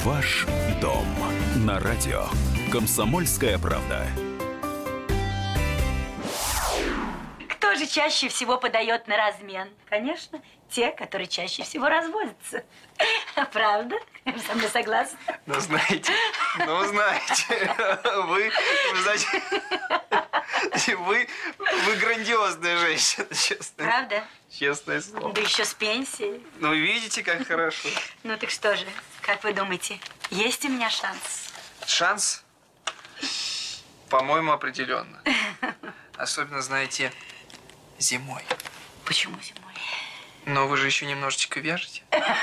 Ваш дом на радио «Комсомольская правда». Кто же чаще всего подает на размен? Конечно, те, которые чаще всего разводятся. Правда? Вы со мной согласны? Знаете, вы грандиозная женщина, честно. Правда? Честное слово. Да еще с пенсией. Ну, видите, как хорошо. Ну так что же, как вы думаете, есть у меня шанс? Шанс? По-моему, определенно. Особенно, знаете, зимой. Почему зимой? Но вы же еще немножечко вяжете.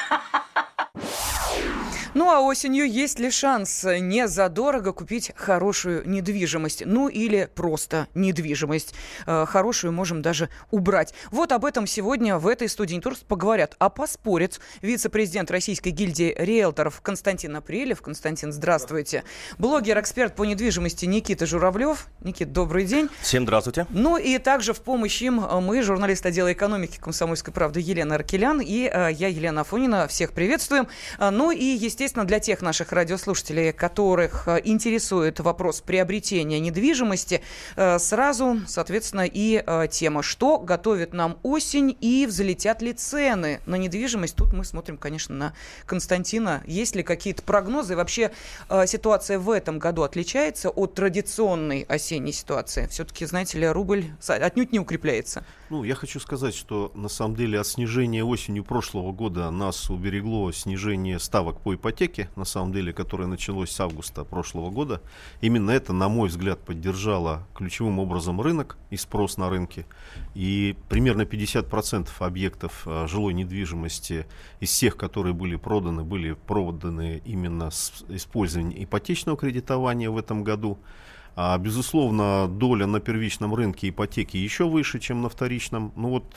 Ну а осенью есть ли шанс не задорого купить хорошую недвижимость? Ну или просто недвижимость. Хорошую можем даже убрать. Вот об этом сегодня в этой студии не только поговорят, а поспорят вице-президент Российской гильдии риэлторов Константин Апрелев. Константин, здравствуйте. Блогер-эксперт по недвижимости Никита Журавлев. Никит, добрый день. Всем здравствуйте. Ну и также в помощь им мы, журналист отдела экономики «Комсомольской правды» Елена Аркелян и я, Елена Афонина. Всех приветствуем. Ну и, естественно, для тех наших радиослушателей, которых интересует вопрос приобретения недвижимости, сразу, соответственно, и тема, что готовит нам осень и взлетят ли цены на недвижимость. Тут мы смотрим, конечно, на Константина. Есть ли какие-то прогнозы? Вообще ситуация в этом году отличается от традиционной осенней ситуации? Все-таки, знаете ли, рубль отнюдь не укрепляется. Ну, я хочу сказать, что на самом деле от снижения осенью прошлого года нас уберегло снижение ставок по ипотеке, на самом деле, которое началось с августа прошлого года. Именно это, на мой взгляд, поддержало ключевым образом рынок и спрос на рынке. И примерно 50% объектов жилой недвижимости из всех, которые были проданы именно с использованием ипотечного кредитования в этом году. Безусловно, доля на первичном рынке ипотеки еще выше, чем на вторичном. Но вот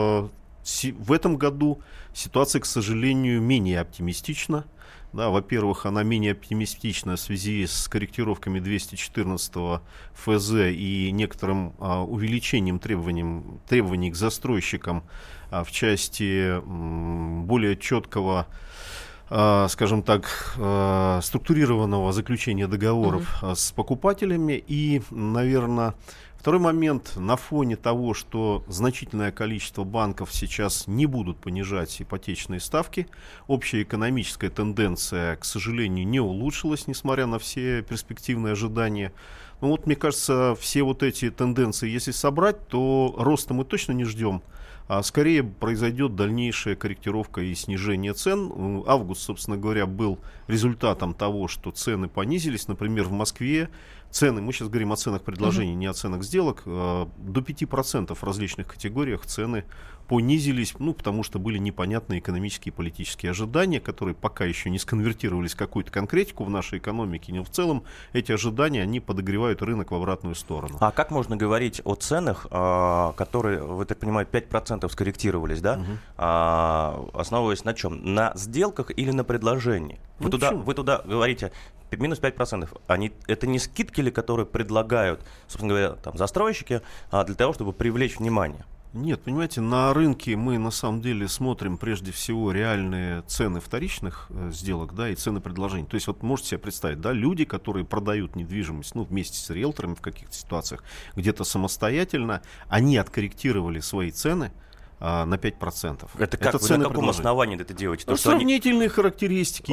в этом году ситуация, к сожалению, менее оптимистична. Да, во-первых, она менее оптимистична в связи с корректировками 214 ФЗ и некоторым увеличением требований к застройщикам в части более четкого, скажем так, структурированного заключения договоров с покупателями. И, наверное, второй момент, на фоне того, что значительное количество банков сейчас не будут понижать ипотечные ставки, общая экономическая тенденция, к сожалению, не улучшилась, несмотря на все перспективные ожидания. Ну вот, мне кажется, все вот эти тенденции, если собрать, то роста мы точно не ждем. А скорее произойдет дальнейшая корректировка и снижение цен. Август, собственно говоря, был результатом того, что цены понизились. Например, в Москве цены, мы сейчас говорим о ценах предложений, не о ценах сделок, до 5% в различных категориях цены понизились, потому что были непонятные экономические и политические ожидания, которые пока еще не сконвертировались в какую-то конкретику в нашей экономике, но в целом эти ожидания, они подогревают рынок в обратную сторону. А как можно говорить о ценах, которые, вы так понимаете, 5% скорректировались, да? Основываясь на чем? На сделках или на предложении? Вы туда говорите минус 5%. Это не скидки ли, которые предлагают, собственно говоря, там, застройщики для того, чтобы привлечь внимание? Нет, понимаете, на рынке мы на самом деле смотрим прежде всего реальные цены вторичных сделок, да, и цены предложений. То есть вот можете себе представить, да, люди, которые продают недвижимость, вместе с риэлторами в каких-то ситуациях, где-то самостоятельно, они откорректировали свои цены на 5%. Это как? Вы на каком основании это делаете? Сравнительные характеристики.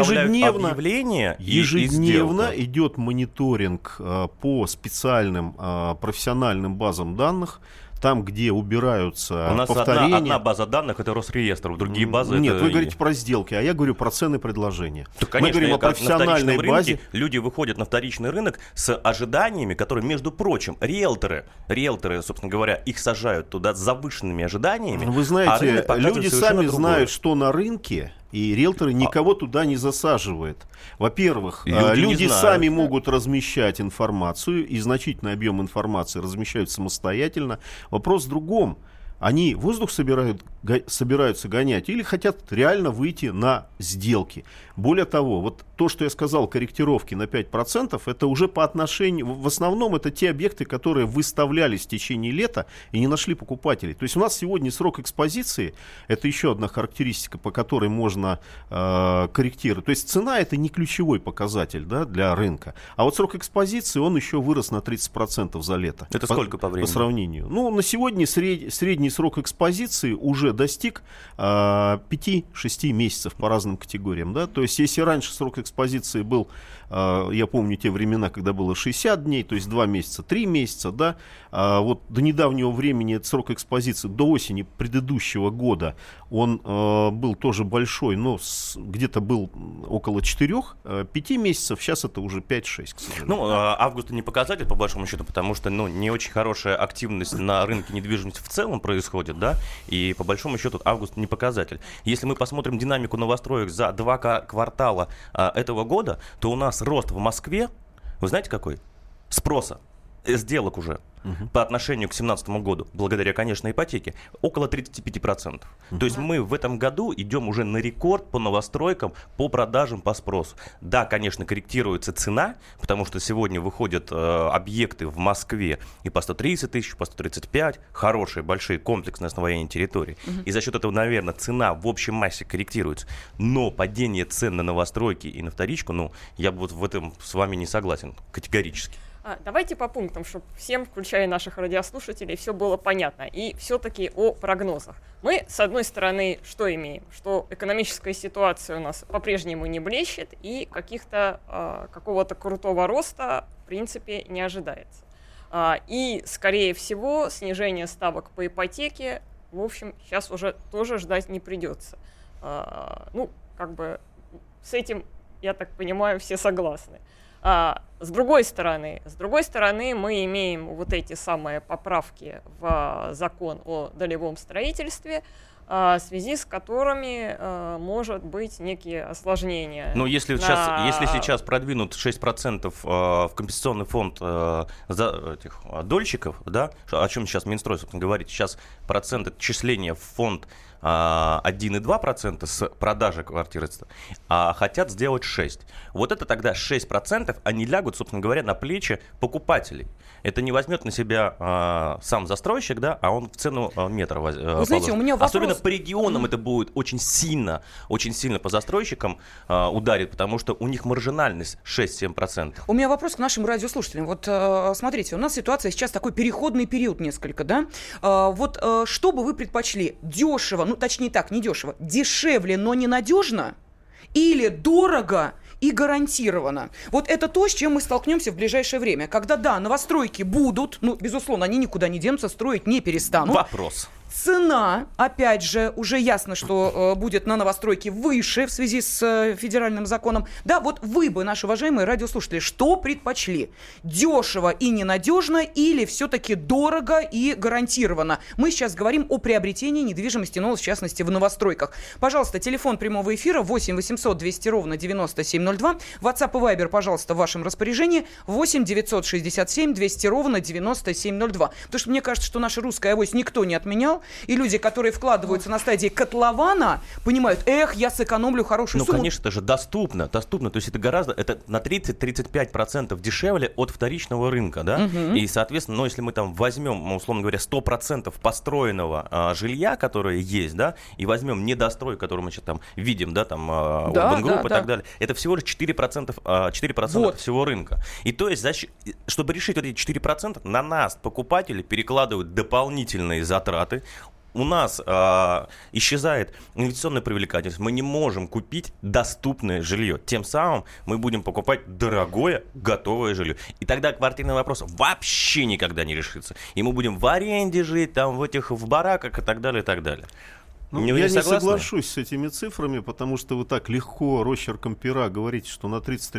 Ежедневно идет мониторинг по специальным профессиональным базам данных. Там, где убираются повторения. У нас одна база данных — это Росреестр, другие базы... Нет, вы говорите про сделки, а я говорю про цены предложения. Конечно, мы говорим о профессиональной базе. Люди выходят на вторичный рынок с ожиданиями, которые, между прочим, риэлторы, собственно говоря, их сажают туда с завышенными ожиданиями. Вы знаете, люди сами знают, что на рынке, и риэлторы никого туда не засаживают. Во-первых, люди сами могут размещать информацию, и значительный объем информации размещают самостоятельно. Вопрос в другом. Они воздух собираются гонять или хотят реально выйти на сделки. Более того, вот то, что я сказал, корректировки на 5%, это уже по отношению, в основном это те объекты, которые выставлялись в течение лета и не нашли покупателей. То есть у нас сегодня срок экспозиции, это еще одна характеристика, по которой можно корректировать. То есть цена это не ключевой показатель, да, для рынка. А вот срок экспозиции, он еще вырос на 30% за лето. Это сколько по времени? По сравнению. Ну, на сегодня средний срок экспозиции уже достиг 5-6 месяцев по разным категориям. Да? То есть, если раньше срок экспозиции был, я помню те времена, когда было 60 дней, то есть 2 месяца, 3 месяца, да, вот до недавнего времени этот срок экспозиции, до осени предыдущего года, он был тоже большой, но где-то был около 4-5 месяцев, сейчас это уже 5-6, к сожалению. Ну, август не показатель, по большому счету, потому что, ну, не очень хорошая активность на рынке недвижимости в целом происходит, да, и по большому счету август не показатель. Если мы посмотрим динамику новостроек за 2 квартала этого года, то у нас рост в Москве, вы знаете какой? Спроса, сделок уже. По отношению к 2017 году, благодаря, конечно, ипотеке, около 35%. То есть мы в этом году идем уже на рекорд по новостройкам, по продажам, по спросу. Да, конечно, корректируется цена, потому что сегодня выходят объекты в Москве и по 130 тысяч, по 135, хорошие, большие, комплексные освоения территории. И за счет этого, наверное, цена в общей массе корректируется. Но падение цен на новостройки и на вторичку, ну, я бы вот в этом с вами не согласен категорически. Давайте по пунктам, чтобы всем, включая наших радиослушателей, все было понятно. И все-таки о прогнозах. Мы, с одной стороны, что имеем? Что экономическая ситуация у нас по-прежнему не блещет, и какого-то крутого роста, в принципе, не ожидается. И, скорее всего, снижение ставок по ипотеке, в общем, сейчас уже тоже ждать не придется. Ну, как бы с этим, я так понимаю, все согласны. С другой стороны, мы имеем вот эти самые поправки в закон о долевом строительстве, в связи с которыми может быть некие осложнения. Но если сейчас продвинут 6% в компенсационный фонд за этих дольщиков, да, о чем сейчас Минстрой, собственно, говорит, сейчас процент отчисления в фонд 1,2% с продажи квартиры, а хотят сделать 6%. Вот это тогда 6%, они лягут, собственно говоря, на плечи покупателей. Это не возьмет на себя сам застройщик, да, а он в цену метра Вы знаете, у меня вопрос... Особенно по регионам это будет очень сильно по застройщикам ударит, потому что у них маржинальность 6-7%. У меня вопрос к нашим радиослушателям. Вот смотрите, у нас ситуация сейчас такой переходный период несколько, да? Вот что бы вы предпочли? Дешево, ну точнее так, не дешево, дешевле, но ненадежно? Или дорого и гарантированно? Вот это то, с чем мы столкнемся в ближайшее время. Когда, да, новостройки будут, ну, безусловно, они никуда не денутся, строить не перестанут. Вопрос. Цена, опять же, уже ясно, что будет на новостройке выше в связи с федеральным законом. Да, вот вы бы, наши уважаемые радиослушатели, что предпочли? Дешево и ненадежно или все-таки дорого и гарантированно? Мы сейчас говорим о приобретении недвижимости, но в частности в новостройках. Пожалуйста, телефон прямого эфира 8 800 200 ровно 9702. WhatsApp и Viber, пожалуйста, в вашем распоряжении 8 967 200 ровно 9702. Потому что мне кажется, что наша русская авось никто не отменял. И люди, которые вкладываются на стадии котлована, понимают, я сэкономлю хорошую сумму. Ну, конечно, это же доступно. То есть это на 30-35% дешевле от вторичного рынка, да? И, соответственно, если мы там возьмем, условно говоря, 100% построенного жилья, которое есть, да, и возьмем недострой, который мы сейчас там видим, да, там, Urban Group и так далее, это всего лишь 4% вот. Всего рынка. И то есть, чтобы решить вот эти 4%, на нас, покупатели, перекладывают дополнительные затраты. У нас исчезает инвестиционная привлекательность. Мы не можем купить доступное жилье. Тем самым мы будем покупать дорогое, готовое жилье. И тогда квартирный вопрос вообще никогда не решится. И мы будем в аренде жить, там, в бараках и так далее, и так далее. Ну, я не соглашусь с этими цифрами, потому что вы так легко росчерком пера говорите, что на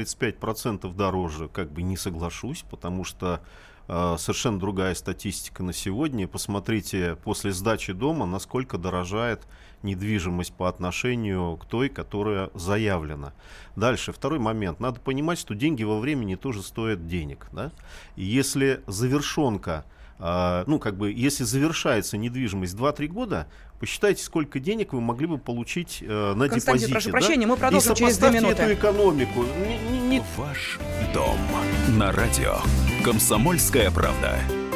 30-35% дороже. Как бы не соглашусь, потому что совершенно другая статистика на сегодня. Посмотрите, после сдачи дома, насколько дорожает недвижимость по отношению к той, которая заявлена. Дальше, второй момент. Надо понимать, что деньги во времени тоже стоят денег. Да? И если завершенка если завершается недвижимость 2-3 года, посчитайте, сколько денег вы могли бы получить на депозите. Константин, прошу прощения, мы продолжим через 2 минуты. И сопоставьте эту экономику. Ваш дом на радио «Комсомольская правда».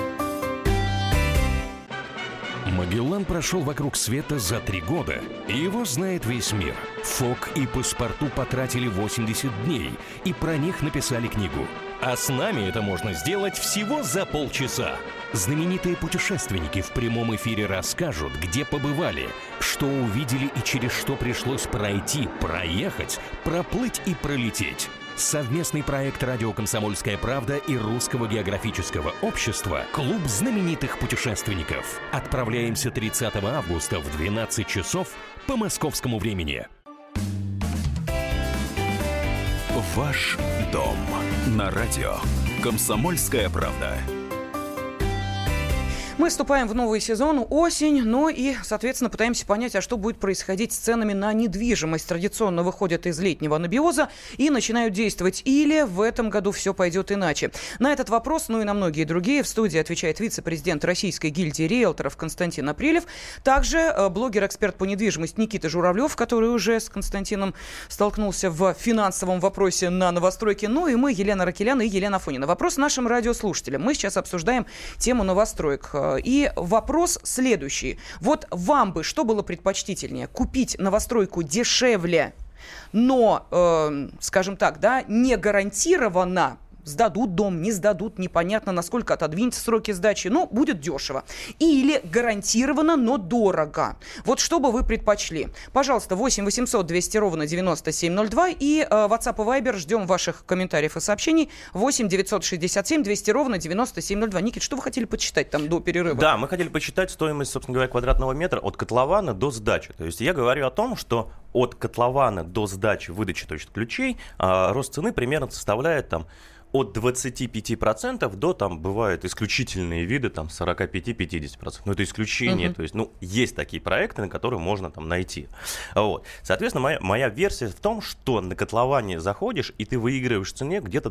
Магеллан прошел вокруг света за 3 года, и его знает весь мир. Фок и Паспарту потратили 80 дней, и про них написали книгу. А с нами это можно сделать всего за полчаса. Знаменитые путешественники в прямом эфире расскажут, где побывали, что увидели и через что пришлось пройти, проехать, проплыть и пролететь. Совместный проект «Радио Комсомольская правда» и Русского географического общества «Клуб знаменитых путешественников». Отправляемся 30 августа в 12 часов по московскому времени. Ваш дом на радио «Комсомольская правда». Мы вступаем в новый сезон, осень, но и, соответственно, пытаемся понять, а что будет происходить с ценами на недвижимость. Традиционно выходят из летнего анабиоза и начинают действовать. Или в этом году все пойдет иначе. На этот вопрос, ну и на многие другие, в студии отвечает вице-президент Российской гильдии риэлторов Константин Апрелев. Также блогер-эксперт по недвижимости Никита Журавлев, который уже с Константином столкнулся в финансовом вопросе на новостройке. Ну и мы, Елена Аракелян и Елена Афонина. Вопрос нашим радиослушателям. Мы сейчас обсуждаем тему новостроек. И вопрос следующий. Вот вам бы что было предпочтительнее? Купить новостройку дешевле, но, скажем так, да, не гарантированно, сдадут дом, не сдадут, непонятно, насколько отодвинутся сроки сдачи, но будет дешево. Или гарантированно, но дорого. Вот что бы вы предпочли? Пожалуйста, 8 800 200 ровно 9702 и WhatsApp и Viber, ждем ваших комментариев и сообщений. 8 967 200 ровно 9702. Никит, что вы хотели почитать там до перерыва? Да, мы хотели почитать стоимость, собственно говоря, квадратного метра от котлована до сдачи. То есть я говорю о том, что от котлована до сдачи выдачи ключей рост цены примерно составляет там от 25% до, там, бывают исключительные виды, там, 45-50%. Но это исключение, то есть, есть такие проекты, на которые можно там найти. Вот. Соответственно, моя версия в том, что на котловане заходишь, и ты выигрываешь в цене где-то,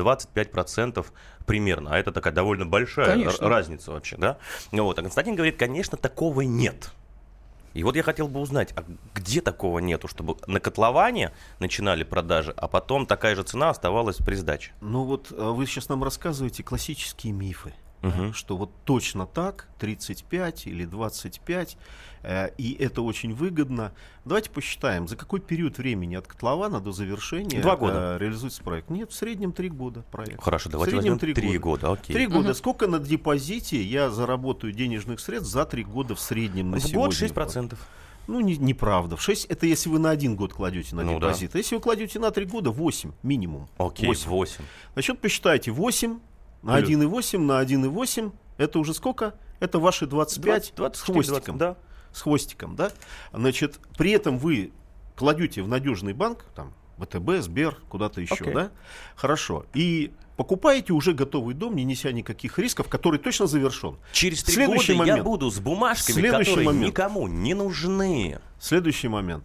25% примерно. А это такая довольно большая разница вообще, да? Вот. А Константин говорит, конечно, такого нет. И вот я хотел бы узнать, а где такого нету, чтобы на котловане начинали продажи, а потом такая же цена оставалась при сдаче? Ну вот вы сейчас нам рассказываете классические мифы, что вот точно так, 35 или 25, и это очень выгодно. Давайте посчитаем, за какой период времени от котлована до завершения 2 года. Реализуется проект. Нет, в среднем 3 года проект. Хорошо, давайте возьмем 3 года. Окей. 3 года. Сколько на депозите я заработаю денежных средств за 3 года в среднем на сегодня? В год 6%. Неправда. В 6 это если вы на 1 год кладете на депозит. Да. Если вы кладете на 3 года, 8 минимум. Окей, 8. Значит, посчитайте 8 на 1,8 на 1,8. Это уже сколько? Это ваши 25 с хвостиком. 20, да. С хвостиком, да? Значит, при этом вы кладете в надежный банк, там, ВТБ, Сбер, куда-то еще, да? Хорошо. И покупаете уже готовый дом, не неся никаких рисков, который точно завершен. Через 3 года я буду с бумажками, которые никому не нужны. Следующий момент.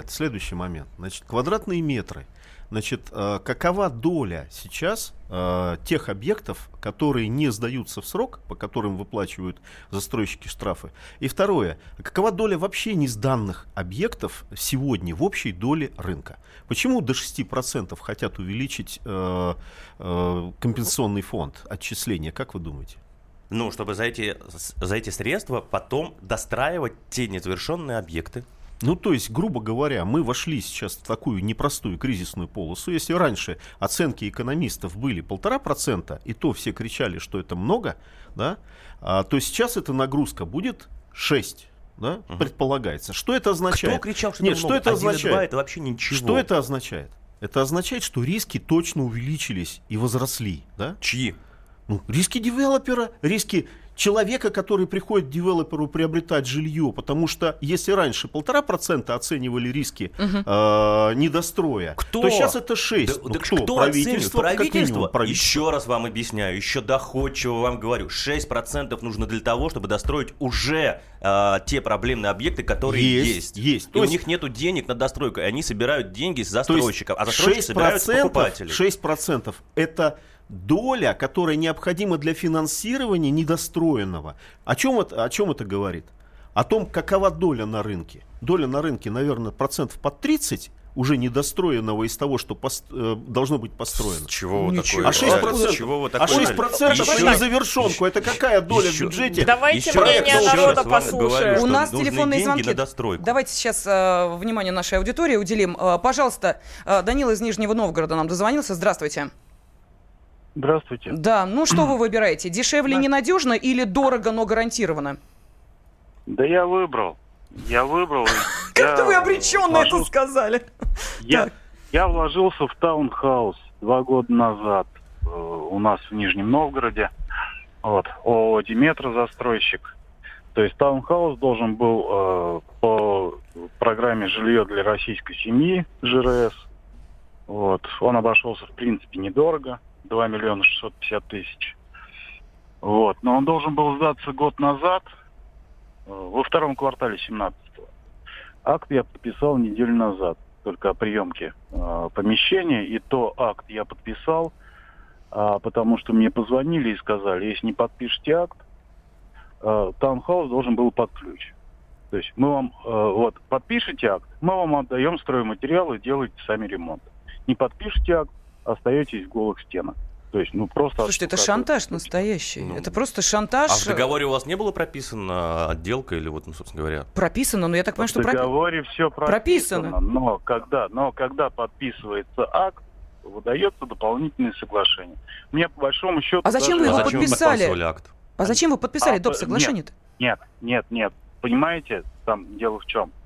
Значит, квадратные метры. Значит, какова доля сейчас тех объектов, которые не сдаются в срок, по которым выплачивают застройщики штрафы? И второе, какова доля вообще несданных объектов сегодня в общей доле рынка? Почему до 6% хотят увеличить компенсационный фонд отчисления? Как вы думаете? Чтобы за эти средства потом достраивать те незавершенные объекты. То есть, грубо говоря, мы вошли сейчас в такую непростую кризисную полосу. Если раньше оценки экономистов были 1,5%, и то все кричали, что это много, да, то сейчас эта нагрузка будет 6%. Да, предполагается. Что это означает? Кто кричал, что это много? Это означает? Это вообще ничего. Что это означает? Это означает, что риски точно увеличились и возросли. Да? Чьи? Риски девелопера, риски человека, который приходит к девелоперу приобретать жилье, потому что если раньше 1,5% оценивали риски недостроя, то сейчас это 6%. Кто Правительство? Правительство? Еще раз вам объясняю, еще доходчиво вам говорю, 6% нужно для того, чтобы достроить уже те проблемные объекты, которые есть. И у них нету денег на достройку, и они собирают деньги с застройщиков, а застройщики собирают с покупателей. 6% это доля, которая необходима для финансирования недостроенного. О чем это говорит? О том, какова доля на рынке. Доля на рынке, наверное, процентов под 30 уже недостроенного из того, что должно быть построено. Чего вы такое? А 6% на завершенку. Это какая доля в бюджете? Давайте мнение народа послушаем. У нас телефонные звонки. Давайте сейчас внимание нашей аудитории уделим. Пожалуйста, Данила из Нижнего Новгорода нам дозвонился. Здравствуйте. Здравствуйте. Да, ну что вы выбираете? Дешевле ненадежно или дорого, но гарантированно? Да я выбрал. Как-то вы обреченно это сказали. Я вложился в таунхаус 2 года назад у нас в Нижнем Новгороде. Вот, ООО «Диметра» застройщик. То есть таунхаус должен был по программе «Жилье для российской семьи» ЖРС. Вот. Он обошелся, в принципе, недорого. 2 миллиона 650 тысяч. Вот. Но он должен был сдаться год назад, во втором квартале 17-го. Акт я подписал неделю назад, только о приемке помещения. И то акт я подписал, потому что мне позвонили и сказали, если не подпишете акт, таунхаус должен был под ключ. То есть мы вам, подпишите акт, мы вам отдаем стройматериалы, делайте сами ремонт. Не подпишите акт, остаетесь в голых стенах. То есть, просто... Слушайте, это шантаж настоящий. Это просто шантаж. А в договоре у вас не было прописана отделка или собственно говоря? Прописано, но я так понимаю, что... В договоре все прописано. Но когда подписывается акт, выдается дополнительное соглашение. Мне по большому счету... А зачем вы его подписали? Акт? А зачем вы подписали доп. Соглашение-то? Нет. Понимаете, там дело в чем?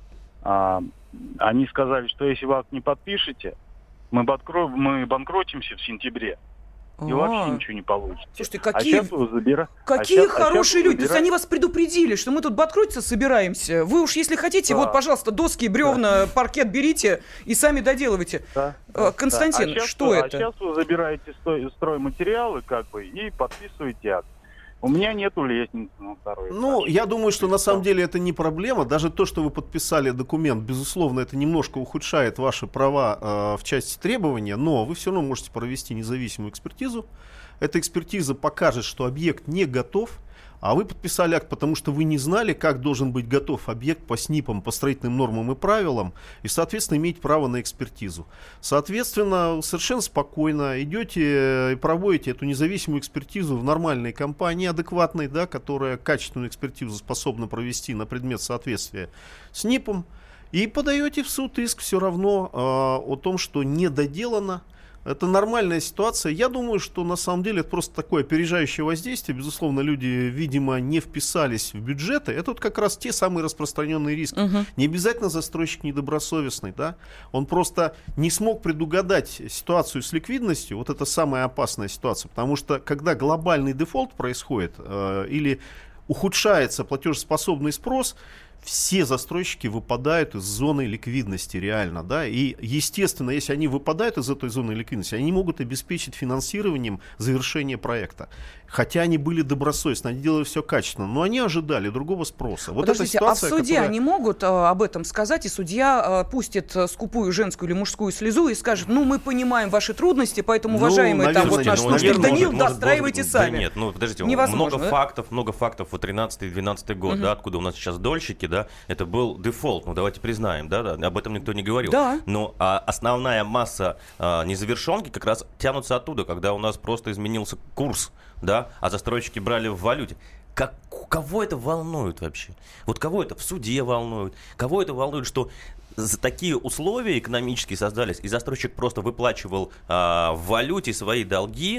Они сказали, что если вы акт не подпишете, мы банкротимся в сентябре. И вообще ничего не получится. Слушайте, какие хорошие люди. То есть они вас предупредили, что мы тут банкротиться собираемся. Вы уж, если хотите, пожалуйста, доски, бревна, паркет берите и сами доделывайте. Константин, что это? А сейчас вы забираете стройматериалы, и подписываете акт. У меня нету лестницы на второй этаж. Я думаю, что на самом деле это не проблема. Даже то, что вы подписали документ, безусловно, это немножко ухудшает ваши права в части требования, но вы все равно можете провести независимую экспертизу. Эта экспертиза покажет, что объект не готов, а вы подписали акт, потому что вы не знали, как должен быть готов объект по СНИПам, по строительным нормам и правилам, и, соответственно, имеете право на экспертизу. Соответственно, совершенно спокойно идете и проводите эту независимую экспертизу в нормальной компании, адекватной, которая качественную экспертизу способна провести на предмет соответствия СНИПам, и подаете в суд иск все равно о том, что не доделано. Это нормальная ситуация. Я думаю, что на самом деле это просто такое опережающее воздействие. Безусловно, люди, видимо, не вписались в бюджеты. Это как раз те самые распространенные риски. Не обязательно застройщик недобросовестный, Он просто не смог предугадать ситуацию с ликвидностью. Вот это самая опасная ситуация. Потому что, когда глобальный дефолт происходит или ухудшается платежеспособный спрос, все застройщики выпадают из зоны ликвидности реально, и, естественно, если они выпадают из этой зоны ликвидности, они могут обеспечить финансированием завершение проекта. Хотя они были добросовестны, они делали все качественно, но они ожидали другого спроса. Вот подождите, эта ситуация, а в суде они могут об этом сказать, и судья пустит скупую женскую или мужскую слезу и скажет, мы понимаем ваши трудности, поэтому, уважаемые, наш слушатель Данил, достраивайте сами. Да нет, подождите, невозможно, много фактов, 13-12 год, откуда у нас сейчас дольщики, это был дефолт, давайте признаем, об этом никто не говорил. Да. Но основная масса незавершенки как раз тянутся оттуда, когда у нас просто изменился курс, а застройщики брали в валюте. Кого это волнует вообще? Кого это в суде волнует? Кого это волнует, что такие условия экономические создались, и застройщик просто выплачивал в валюте свои долги,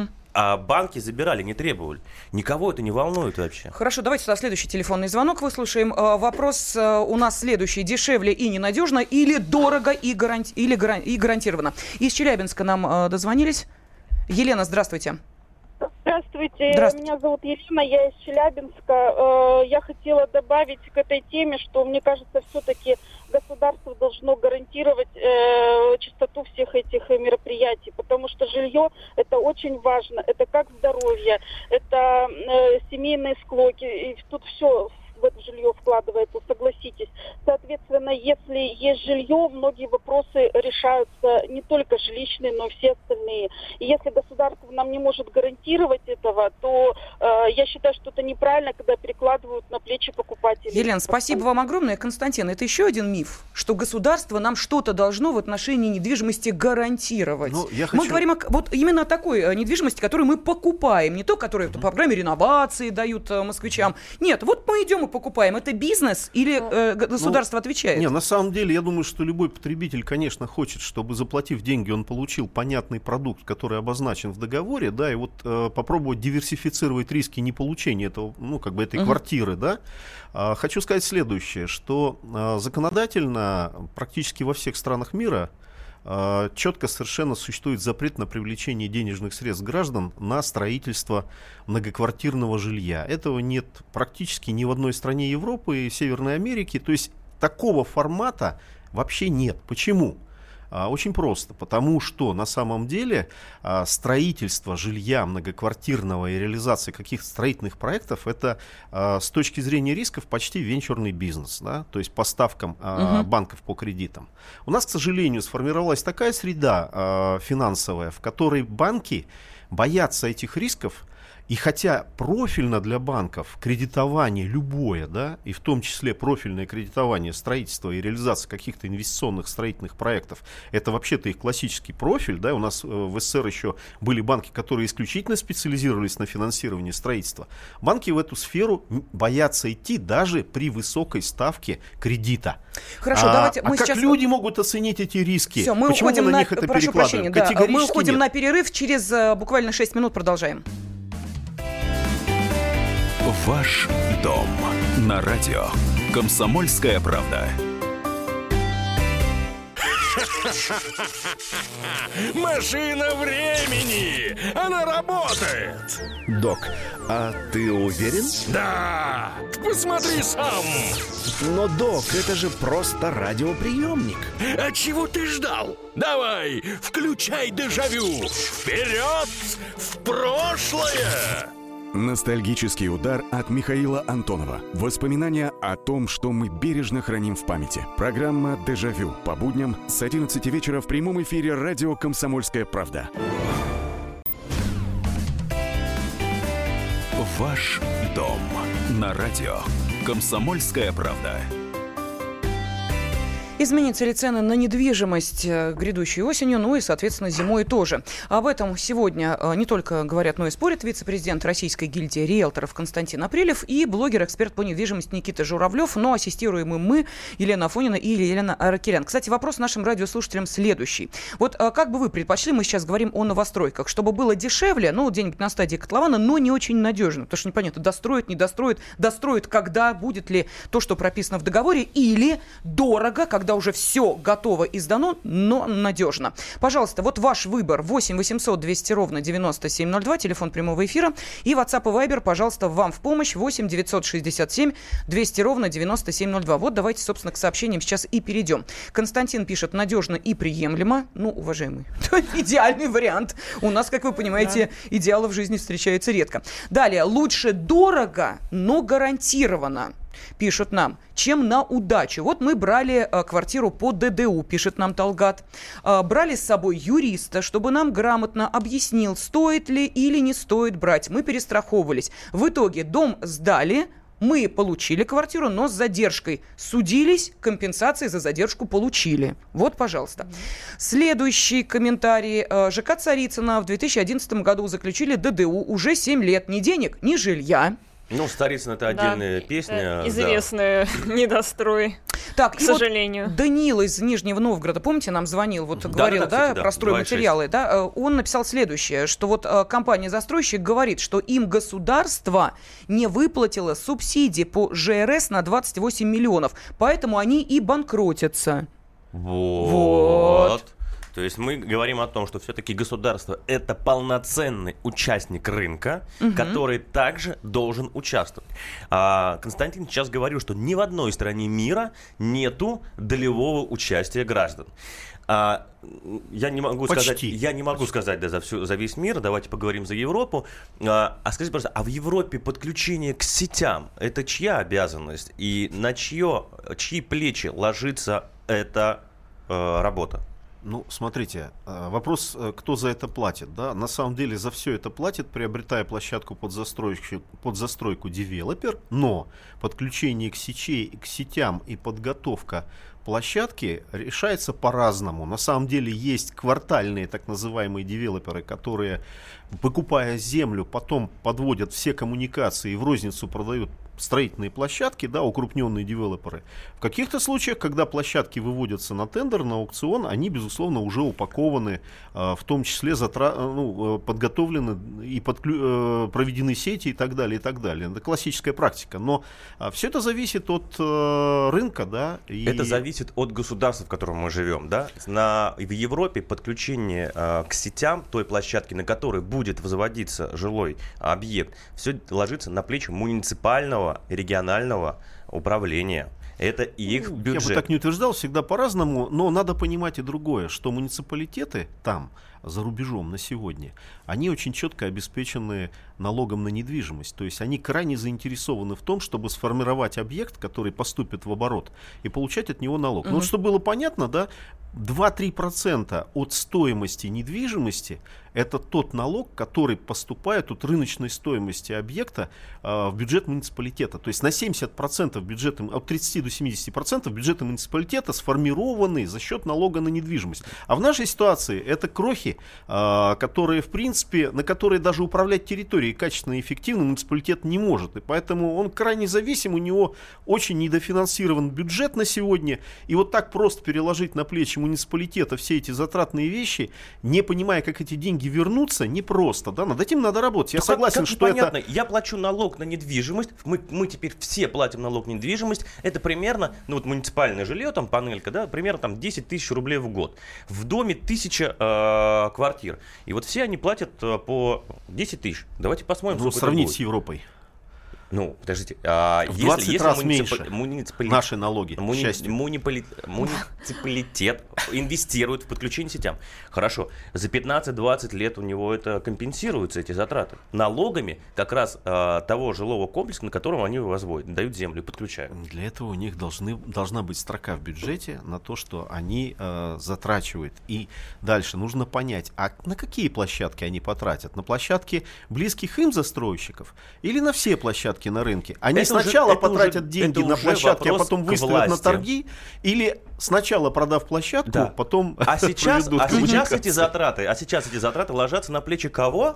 а банки забирали, не требовали. Никого это не волнует вообще. Хорошо, давайте сюда следующий телефонный звонок выслушаем. Вопрос у нас следующий. Дешевле и ненадежно или дорого и гарантированно? Из Челябинска нам дозвонились. Елена, здравствуйте. Здравствуйте, меня зовут Елена, я из Челябинска. Я хотела добавить к этой теме, что, мне кажется, все-таки государство должно гарантировать чистоту всех этих мероприятий, потому что жилье – это очень важно, это как здоровье, это семейные склоки, и тут все в это жилье вкладывается, согласитесь. Соответственно, если есть жилье, многие вопросы решаются не только жилищные, но и все остальные. И если государство нам не может гарантировать этого, то я считаю, что это неправильно, когда перекладывают на плечи покупателей. Елена, спасибо вам огромное. Константин, это еще один миф, что государство нам что-то должно в отношении недвижимости гарантировать. Мы говорим вот именно о такой недвижимости, которую мы покупаем, не то, которую по программе реновации дают москвичам. Нет, вот мы идем и покупаем. Это бизнес или государство отвечает? Не, на самом деле, я думаю, что любой потребитель, конечно, хочет, чтобы, заплатив деньги, он получил понятный продукт, который обозначен в договоре, да, и вот попробовать диверсифицировать риски неполучения этого, этой квартиры, да. Хочу сказать следующее, что законодательно практически во всех странах мира четко совершенно существует запрет на привлечение денежных средств граждан на строительство многоквартирного жилья. Этого нет практически ни в одной стране Европы и Северной Америки. То есть такого формата вообще нет. Почему? Очень просто, потому что на самом деле строительство жилья многоквартирного и реализация каких-то строительных проектов — это с точки зрения рисков почти венчурный бизнес, да? То есть по ставкам банков по кредитам. У нас, к сожалению, сформировалась такая среда финансовая, в которой банки боятся этих рисков. И хотя профильно для банков кредитование любое, да, и в том числе профильное кредитование строительства и реализация каких-то инвестиционных строительных проектов, это вообще-то их классический профиль, да, у нас в СССР еще были банки, которые исключительно специализировались на финансировании строительства. Банки в эту сферу боятся идти даже при высокой ставке кредита. Хорошо, давайте мы как сейчас... люди могут оценить эти риски? Все, мы Почему уходим мы на них это перекладываем? Да, мы уходим на перерыв, через буквально 6 минут продолжаем. Ваш дом на радио «Комсомольская правда». Машина времени! Она работает! Док, а ты уверен? Да! Посмотри сам! Но, док, это же просто радиоприемник. А чего ты ждал? Давай, включай дежавю! Вперед! В прошлое! Ностальгический удар от Михаила Антонова. Воспоминания о том, что мы бережно храним в памяти. Программа «Дежавю» по будням с 11 вечера в прямом эфире радио «Комсомольская правда». Ваш дом на радио «Комсомольская правда». Изменятся ли цены на недвижимость грядущей осенью, ну и, соответственно, зимой тоже. Об этом сегодня не только говорят, но и спорят вице-президент Российской гильдии риэлторов Константин Апрелев и блогер-эксперт по недвижимости Никита Журавлев, но ассистируем им мы, Елена Афонина и Елена Аракелян. Кстати, вопрос нашим радиослушателям следующий. Вот как бы вы предпочли, мы сейчас говорим о новостройках, чтобы было дешевле, ну, где-нибудь на стадии котлована, но не очень надежно, потому что непонятно, достроят, не достроят, достроят, когда, будет ли то, что прописано в договоре, или дорого, когда уже все готово и сдано, но надежно. Пожалуйста, вот ваш выбор. 8 800 200 ровно 9702, телефон прямого эфира. И WhatsApp и Viber, пожалуйста, вам в помощь. 8 967 200 ровно 9702. Вот давайте, собственно, к сообщениям сейчас и перейдем. Константин пишет: надежно и приемлемо. Ну, уважаемый, идеальный вариант. У нас, как вы понимаете, идеалы в жизни встречаются редко. Далее. Лучше дорого, но гарантированно, пишут нам, чем на удачу. Вот мы брали квартиру по ДДУ, пишет нам Талгат. Брали с собой юриста, чтобы нам грамотно объяснил, стоит ли или не стоит брать. Мы перестраховывались. В итоге дом сдали, мы получили квартиру, но с задержкой. Судились, компенсации за задержку получили. Вот, пожалуйста. Следующий комментарий. ЖК Царицына в 2011 году заключили ДДУ. Уже 7 лет. Ни денег, ни жилья. Ну, Царицын — это отдельная песня. Известная недострой, так, к сожалению. Вот Даниил из Нижнего Новгорода, помните, нам звонил, вот говорил, про стройматериалы, да, он написал следующее, что вот компания-застройщик говорит, что им государство не выплатило субсидии по ЖРС на 28 миллионов, поэтому они и банкротятся. Вот. То есть мы говорим о том, что все-таки государство – это полноценный участник рынка, который также должен участвовать. Константин сейчас говорил, что ни в одной стране мира нету долевого участия граждан. Я не могу сказать за весь мир, давайте поговорим за Европу. Скажите, пожалуйста, а в Европе подключение к сетям – это чья обязанность? И на чьи плечи ложится эта работа? Ну, смотрите, вопрос, кто за это платит, да? На самом деле за все это платит, приобретая площадку под застройку девелопер, но подключение к сетям и подготовка площадки решается по-разному. На самом деле есть квартальные так называемые девелоперы, которые, покупая землю, потом подводят все коммуникации и в розницу продают строительные площадки, да, укрупненные девелоперы. В каких-то случаях, когда площадки выводятся на тендер, на аукцион, они, безусловно, уже упакованы, в том числе подготовлены и проведены сети и так далее, и так далее. Это классическая практика. Но все это зависит от рынка, да. Это зависит от государства, в котором мы живем, да. В Европе подключение к сетям той площадки, на которой будет возводиться жилой объект, все ложится на плечи муниципального, регионального управления. Это их бюджет. Я бы так не утверждал, всегда по-разному, но надо понимать и другое, что муниципалитеты там, за рубежом на сегодня, они очень четко обеспечены налогом на недвижимость. То есть они крайне заинтересованы в том, чтобы сформировать объект, который поступит в оборот, и получать от него налог. Ну вот чтобы было понятно, да, 2-3% от стоимости недвижимости — это тот налог, который поступает от рыночной стоимости объекта в бюджет муниципалитета. То есть на 70% бюджета, от 30 до 70% бюджета муниципалитета сформированы за счет налога на недвижимость. А в нашей ситуации это крохи, которые, в принципе, на которые даже управлять территорией качественно и эффективно муниципалитет не может. И поэтому он крайне зависим, у него очень недофинансирован бюджет на сегодня. И вот так просто переложить на плечи муниципалитета все эти затратные вещи, не понимая, как эти деньги вернуться, непросто. Да? Над этим надо работать. Я согласен, что непонятно. это... Я плачу налог на недвижимость, мы теперь все платим налог на недвижимость. Это примерно, ну вот муниципальное жилье, там панелька, да, примерно там 10 тысяч рублей в год. В доме 1000 квартир. И вот все они платят по 10 тысяч. Давайте посмотрим. Ну, сравнить с Европой. Ну, подождите. В 20 раз меньше наши налоги. Муниципалитет инвестирует в подключение к сетям. Хорошо. За 15-20 лет у него это компенсируются, эти затраты. Налогами как раз того жилого комплекса, на котором они возводят, дают землю и подключают. Для этого у них должна быть строка в бюджете на то, что они затрачивают. И дальше нужно понять, а на какие площадки они потратят? На площадки близких им застройщиков или на все площадки на рынке? Они сначала потратят деньги на площадки, а потом выставят на торги, или сначала продав площадку, потом сейчас эти затраты ложатся на плечи кого?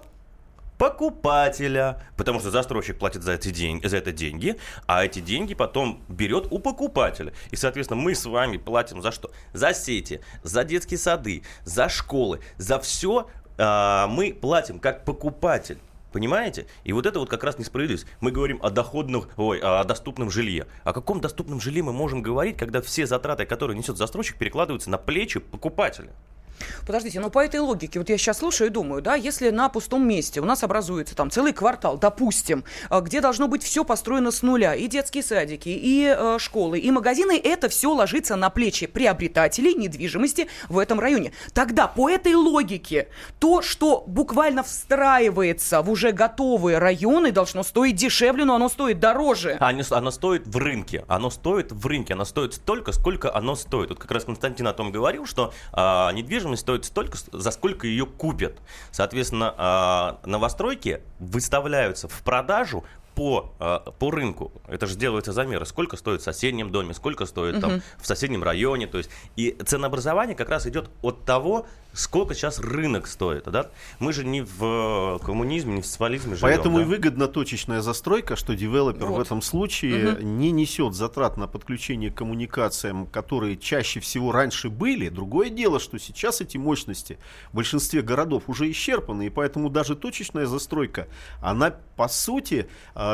Покупателя, потому что застройщик платит за это деньги, а эти деньги потом берет у покупателя. И, соответственно, мы с вами платим за что? За сети, за детские сады, за школы, за все мы платим как покупатель. Понимаете? И вот это вот как раз несправедливость. Мы говорим о о доступном жилье. О каком доступном жилье мы можем говорить, когда все затраты, которые несет застройщик, перекладываются на плечи покупателя? Подождите, по этой логике, вот я сейчас слушаю и думаю, да, если на пустом месте у нас образуется там целый квартал, допустим, где должно быть все построено с нуля, и детские садики, и школы, и магазины, это все ложится на плечи приобретателей недвижимости в этом районе. Тогда по этой логике то, что буквально встраивается в уже готовые районы, должно стоить дешевле, но оно стоит дороже. Оно стоит в рынке, оно стоит столько, сколько оно стоит. Вот как раз Константин о том говорил, что недвижимость стоит столько, за сколько ее купят. Соответственно, новостройки выставляются в продажу по рынку. Это же делается замеры. Сколько стоит в соседнем доме, сколько стоит там, в соседнем районе. То есть, и ценообразование как раз идет от того, сколько сейчас рынок стоит. Да? Мы же не в коммунизме, не в социализме живем. Поэтому и выгодна точечная застройка, что девелопер в этом случае не несет затрат на подключение к коммуникациям, которые чаще всего раньше были. Другое дело, что сейчас эти мощности в большинстве городов уже исчерпаны, и поэтому даже точечная застройка, она по сути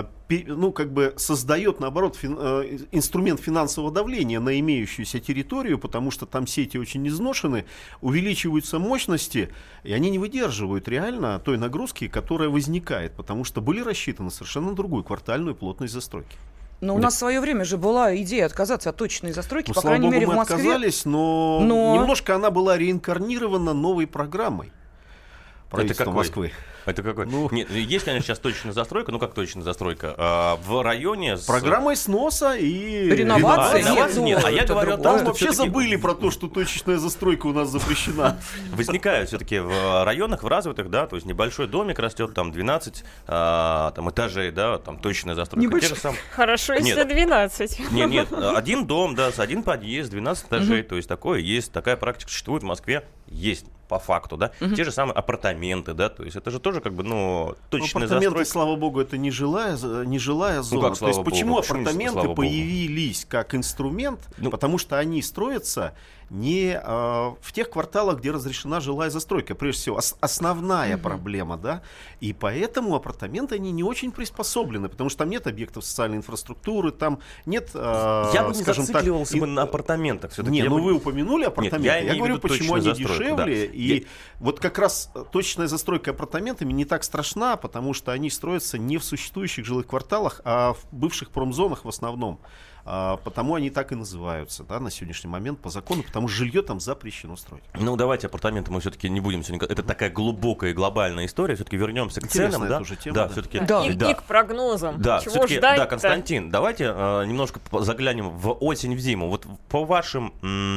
создает, наоборот, инструмент финансового давления на имеющуюся территорию, потому что там сети очень изношены, увеличиваются мощности, и они не выдерживают реально той нагрузки, которая возникает, потому что были рассчитаны совершенно на другую квартальную плотность застройки. Но у нас в свое время же была идея отказаться от точечной застройки, по крайней мере, в Москве. Мы отказались, но немножко она была реинкарнирована новой программой правительства Москвы. Это какой? Нет, есть, конечно, сейчас точная застройка. Ну, как точная застройка? В районе... Программой сноса и... Реновации. Нет, а я говорю о том, Там что вообще забыли про то, что точечная застройка у нас запрещена. Возникают все-таки в районах, в развитых, да, то есть небольшой домик растет, там 12 там, этажей, да, там точечная застройка. Хорошо, если 12. Нет, один дом, да, с один подъезд, 12 этажей, то есть такое есть, такая практика существует в Москве, есть по факту, да, те же самые апартаменты, да, то есть это же тоже как бы, точечная застройка. Апартаменты, слава богу, это не жилая зона. Как, то есть почему богу? апартаменты появились как инструмент? Потому что они строятся не в тех кварталах, где разрешена жилая застройка. Прежде всего, основная проблема, да, и поэтому апартаменты, они не очень приспособлены, потому что там нет объектов социальной инфраструктуры, там нет, я бы не зацикливался бы на апартаментах все-таки. Вы упомянули апартаменты, я говорю, почему они дешевле, и вот как раз точечная застройка апартаментами не так страшна, потому что они строятся не в существующих жилых кварталах, а в бывших промзонах в основном. Потому они так и называются, да, на сегодняшний момент по закону, потому что жилье там запрещено строить. Ну, давайте апартаменты мы все-таки не будем сегодня. Это такая глубокая и глобальная история. Все-таки вернемся к ценам, да? Тема, да, все-таки. И к прогнозам. Да, чего ждать? Да, Константин, давайте немножко заглянем в осень, в зиму. Вот по вашим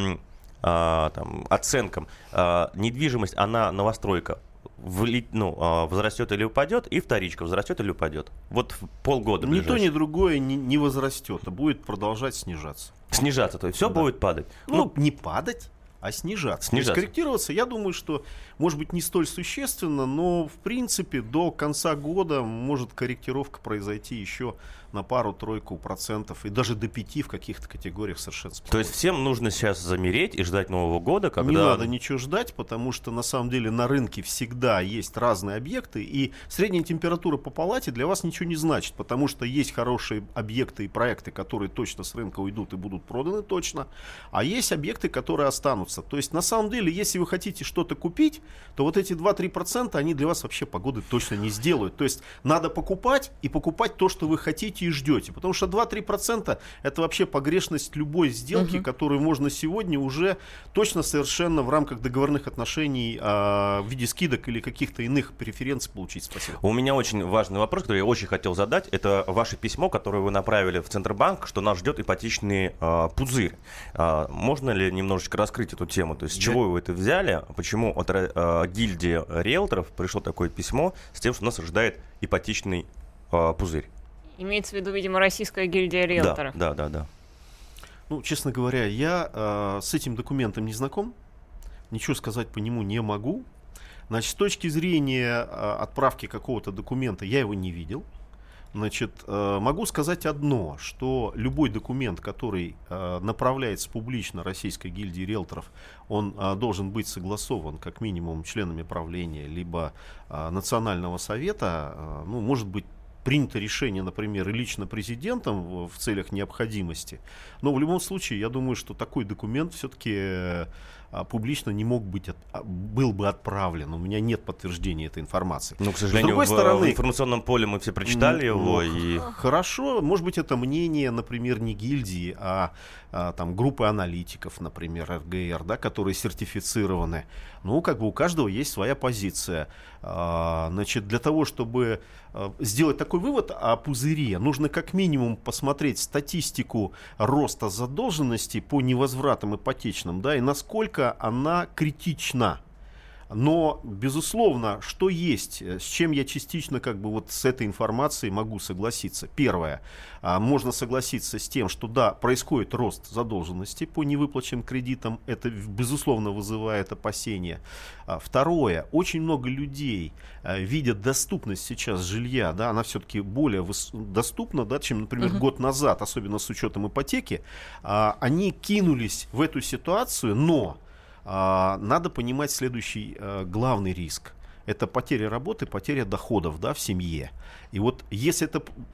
оценкам, недвижимость, она новостройка, возрастет или упадет, и вторичка возрастет или упадет? Вот полгода ни то, ни другое не возрастет, а будет продолжать снижаться. Снижаться, то есть все будет падать? Не падать, а снижаться. То есть корректироваться, я думаю, что, может быть, не столь существенно, но, в принципе, до конца года может корректировка произойти еще на пару-тройку процентов, и даже до 5% в каких-то категориях совершенно спокойно. То есть всем нужно сейчас замереть и ждать Нового года, когда... Не надо ничего ждать, потому что, на самом деле, на рынке всегда есть разные объекты, и средняя температура по палате для вас ничего не значит, потому что есть хорошие объекты и проекты, которые точно с рынка уйдут и будут проданы точно, а есть объекты, которые останутся. То есть, на самом деле, если вы хотите что-то купить, то вот эти 2-3%, они для вас вообще погоды точно не сделают. То есть, надо покупать, и покупать то, что вы хотите и ждете. Потому что 2-3% это вообще погрешность любой сделки, которую можно сегодня уже точно совершенно в рамках договорных отношений в виде скидок или каких-то иных преференций получить. Спасибо. У меня очень важный вопрос, который я очень хотел задать. Это ваше письмо, которое вы направили в Центробанк, что нас ждет ипотечный пузырь. Можно ли немножечко раскрыть эту тему? То есть с чего вы это взяли? Почему от гильдии риэлторов пришло такое письмо с тем, что нас ожидает ипотечный пузырь? Имеется в виду, видимо, российская гильдия риэлторов. Да. Ну, честно говоря, я с этим документом не знаком. Ничего сказать по нему не могу. Значит, с точки зрения отправки какого-то документа я его не видел. Значит, могу сказать одно, что любой документ, который направляется публично Российской гильдии риэлторов, он должен быть согласован как минимум членами правления, либо Национального совета, может быть, принято решение, например, и лично президентом в целях необходимости. Но в любом случае, я думаю, что такой документ все-таки публично не мог быть, был бы отправлен. У меня нет подтверждения этой информации. Но, к сожалению, в информационном поле мы все прочитали его. Хорошо, может быть, это мнение, например, не гильдии, а там группы аналитиков, например, РГР, да, которые сертифицированы. У каждого есть своя позиция. Значит, для того, чтобы сделать такой вывод о пузыре, нужно как минимум посмотреть статистику роста задолженности по невозвратам ипотечным, да, и насколько она критична. Но, безусловно, что есть, с чем я частично с этой информацией могу согласиться. Первое, можно согласиться с тем, что да, происходит рост задолженности по невыплаченным кредитам, это, безусловно, вызывает опасения. Второе, очень много людей видят доступность сейчас жилья, да, она все-таки более доступна, да, чем, например, год назад, особенно с учетом ипотеки. Они кинулись в эту ситуацию, но надо понимать следующий главный риск. Это потеря работы, потеря доходов, да, в семье. И вот если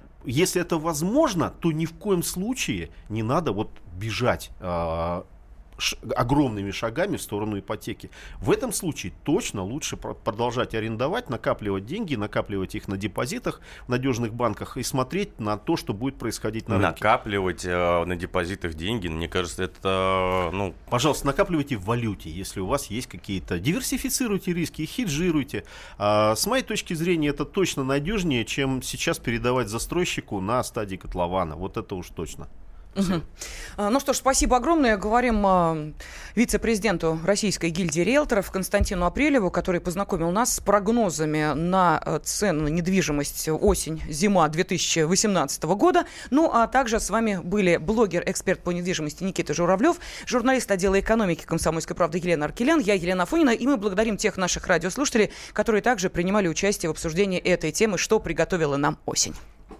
это возможно, то ни в коем случае не надо бежать, огромными шагами в сторону ипотеки. В этом случае точно лучше продолжать арендовать, накапливать деньги, накапливать их на депозитах в надежных банках и смотреть на то, что будет происходить на рынке. Накапливать на депозитах деньги, мне кажется, это... Пожалуйста, накапливайте в валюте, если у вас есть какие-то... Диверсифицируйте риски, хеджируйте. С моей точки зрения, это точно надежнее, чем сейчас передавать застройщику на стадии котлована. Вот это уж точно. Угу. Ну что ж, спасибо огромное. Говорим вице-президенту Российской гильдии риэлторов Константину Апрелеву, который познакомил нас с прогнозами на цены на недвижимость осень-зима 2018 года. Ну, а также с вами были блогер, эксперт по недвижимости Никита Журавлев, журналист отдела экономики «Комсомольской правды» Елена Аркелян, я Елена Афонина, и мы благодарим тех наших радиослушателей, которые также принимали участие в обсуждении этой темы, что приготовила нам осень.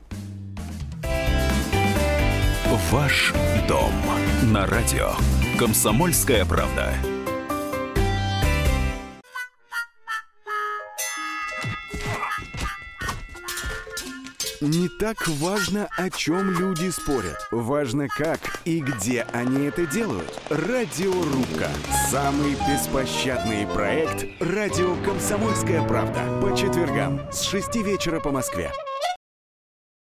Ваш дом на радио «Комсомольская правда». Не так важно, о чем люди спорят. Важно, как и где они это делают. Радиорубка. Самый беспощадный проект «Радио Комсомольская правда». По четвергам с 6 вечера по Москве.